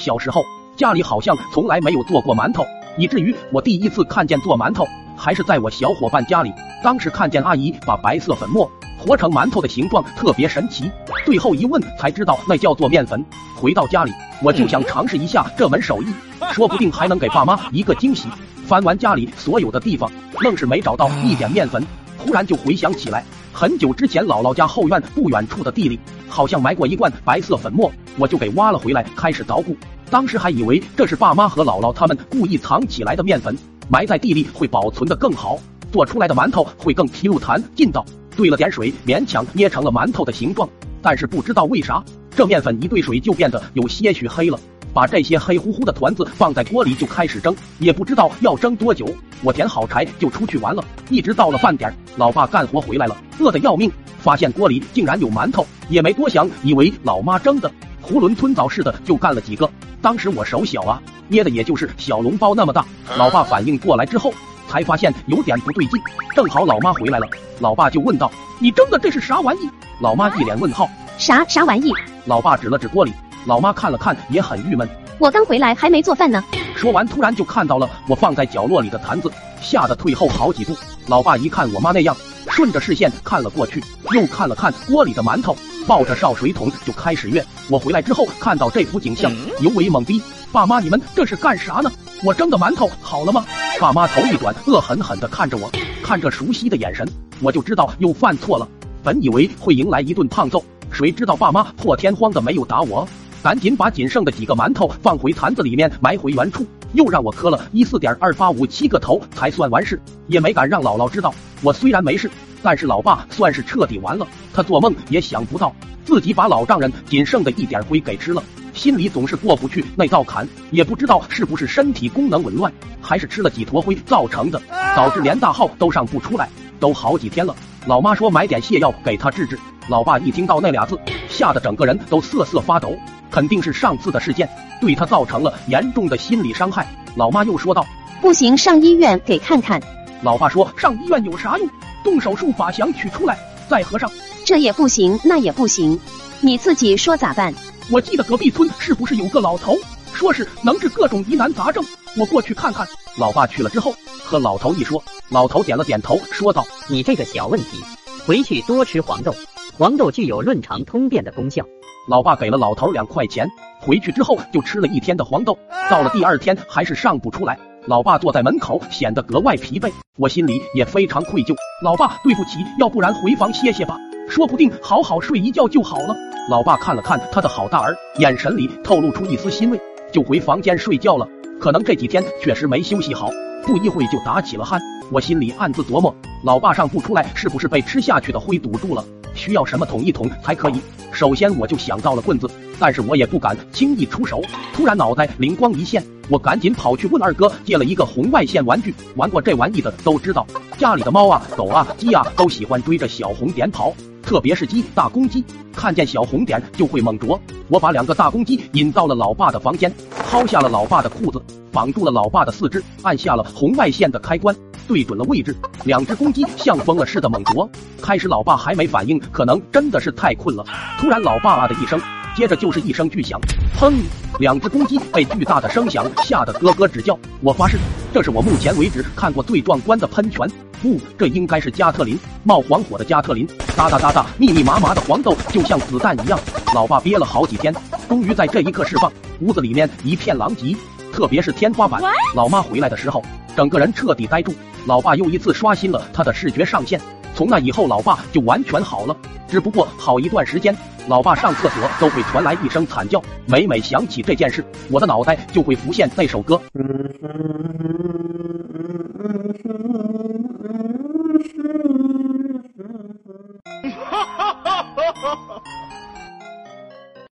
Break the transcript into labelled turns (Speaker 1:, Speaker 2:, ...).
Speaker 1: 小时候家里好像从来没有做过馒头，以至于我第一次看见做馒头还是在我小伙伴家里。当时看见阿姨把白色粉末和成馒头的形状特别神奇，最后一问才知道那叫做面粉。回到家里我就想尝试一下这门手艺，说不定还能给爸妈一个惊喜。翻完家里所有的地方，愣是没找到一点面粉。忽然就回想起来，很久之前姥姥家后院不远处的地里好像埋过一罐白色粉末，我就给挖了回来，开始捣鼓。当时还以为这是爸妈和姥姥他们故意藏起来的面粉，埋在地里会保存得更好，做出来的馒头会更 Q 弹劲道。兑了点水，勉强捏成了馒头的形状，但是不知道为啥，这面粉一兑水就变得有些许黑了。把这些黑乎乎的团子放在锅里就开始蒸，也不知道要蒸多久。我填好柴就出去玩了，一直到了饭点，老爸干活回来了，饿得要命，发现锅里竟然有馒头，也没多想，以为老妈蒸的，囫囵吞枣似的就干了几个。当时我手小啊，捏的也就是小笼包那么大。老爸反应过来之后才发现有点不对劲，正好老妈回来了，老爸就问道：你蒸的这是啥玩意？老妈一脸问号：
Speaker 2: 啥玩意？
Speaker 1: 老爸指了指锅里，老妈看了看也很郁闷，
Speaker 2: 我刚回来还没做饭呢。
Speaker 1: 说完突然就看到了我放在角落里的坛子，吓得退后好几步。老爸一看我妈那样，顺着视线看了过去，又看了看锅里的馒头，抱着烧水桶就开始跃。我回来之后看到这幅景象，尤为懵逼。爸妈，你们这是干啥呢？我蒸的馒头好了吗？爸妈头一转，恶狠狠地看着我，看着熟悉的眼神，我就知道又犯错了。本以为会迎来一顿胖揍，谁知道爸妈破天荒的没有打我，赶紧把仅剩的几个馒头放回坛子里面埋回原处，又让我磕了14.2857个头才算完事，也没敢让姥姥知道。我虽然没事，但是老爸算是彻底完了，他做梦也想不到自己把老丈人仅剩的一点灰给吃了，心里总是过不去那道坎，也不知道是不是身体功能紊乱，还是吃了几坨灰造成的，导致连大号都上不出来，都好几天了。老妈说买点泻药给他治治，老爸一听到那俩字，吓得整个人都瑟瑟发抖，肯定是上次的事件对他造成了严重的心理伤害。老妈又说道：
Speaker 2: 不行，上医院给看看。
Speaker 1: 老爸说上医院有啥用，动手术把翔取出来再合上。
Speaker 2: 这也不行那也不行，你自己说咋办？
Speaker 1: 我记得隔壁村是不是有个老头，说是能治各种疑难杂症，我过去看看。老爸去了之后和老头一说，老头点了点头，说道：
Speaker 3: 你这个小问题，回去多吃黄豆，黄豆具有润肠通便的功效。
Speaker 1: 老爸给了老头2块钱，回去之后就吃了1天的黄豆，到了第2天还是上不出来。老爸坐在门口显得格外疲惫，我心里也非常愧疚。老爸对不起，要不然回房歇歇吧，说不定好好睡一觉就好了。老爸看了看他的好大儿，眼神里透露出一丝欣慰，就回房间睡觉了。可能这几天确实没休息好，不一会就打起了鼾。我心里暗自琢磨，老爸上不出来是不是被吃下去的灰堵住了，需要什么捅一捅才可以。首先我就想到了棍子，但是我也不敢轻易出手。突然脑袋灵光一现，我赶紧跑去问二哥借了一个红外线玩具。玩过这玩意的都知道，家里的猫啊、狗啊、鸡啊都喜欢追着小红点跑，特别是鸡，大公鸡看见小红点就会猛啄。我把2个大公鸡引到了老爸的房间，薅下了老爸的裤子，绑住了老爸的4肢，按下了红外线的开关，对准了位置，2只公鸡像疯了似的猛啄。开始老爸还没反应，可能真的是太困了。突然老爸啊的一声，接着就是一声巨响，砰！2只公鸡被巨大的声响吓得咯咯直叫。我发誓，这是我目前为止看过最壮观的喷泉。不，这应该是加特林，冒黄火的加特林，哒哒哒哒，密密麻麻的黄豆就像子弹一样。老爸憋了好几天，终于在这一刻释放。屋子里面一片狼藉，特别是天花板。老妈回来的时候，整个人彻底呆住。老爸又一次刷新了他的视觉上限。从那以后，老爸就完全好了。只不过好一段时间，老爸上厕所都会传来一声惨叫。每想起这件事，我的脑袋就会浮现那首歌。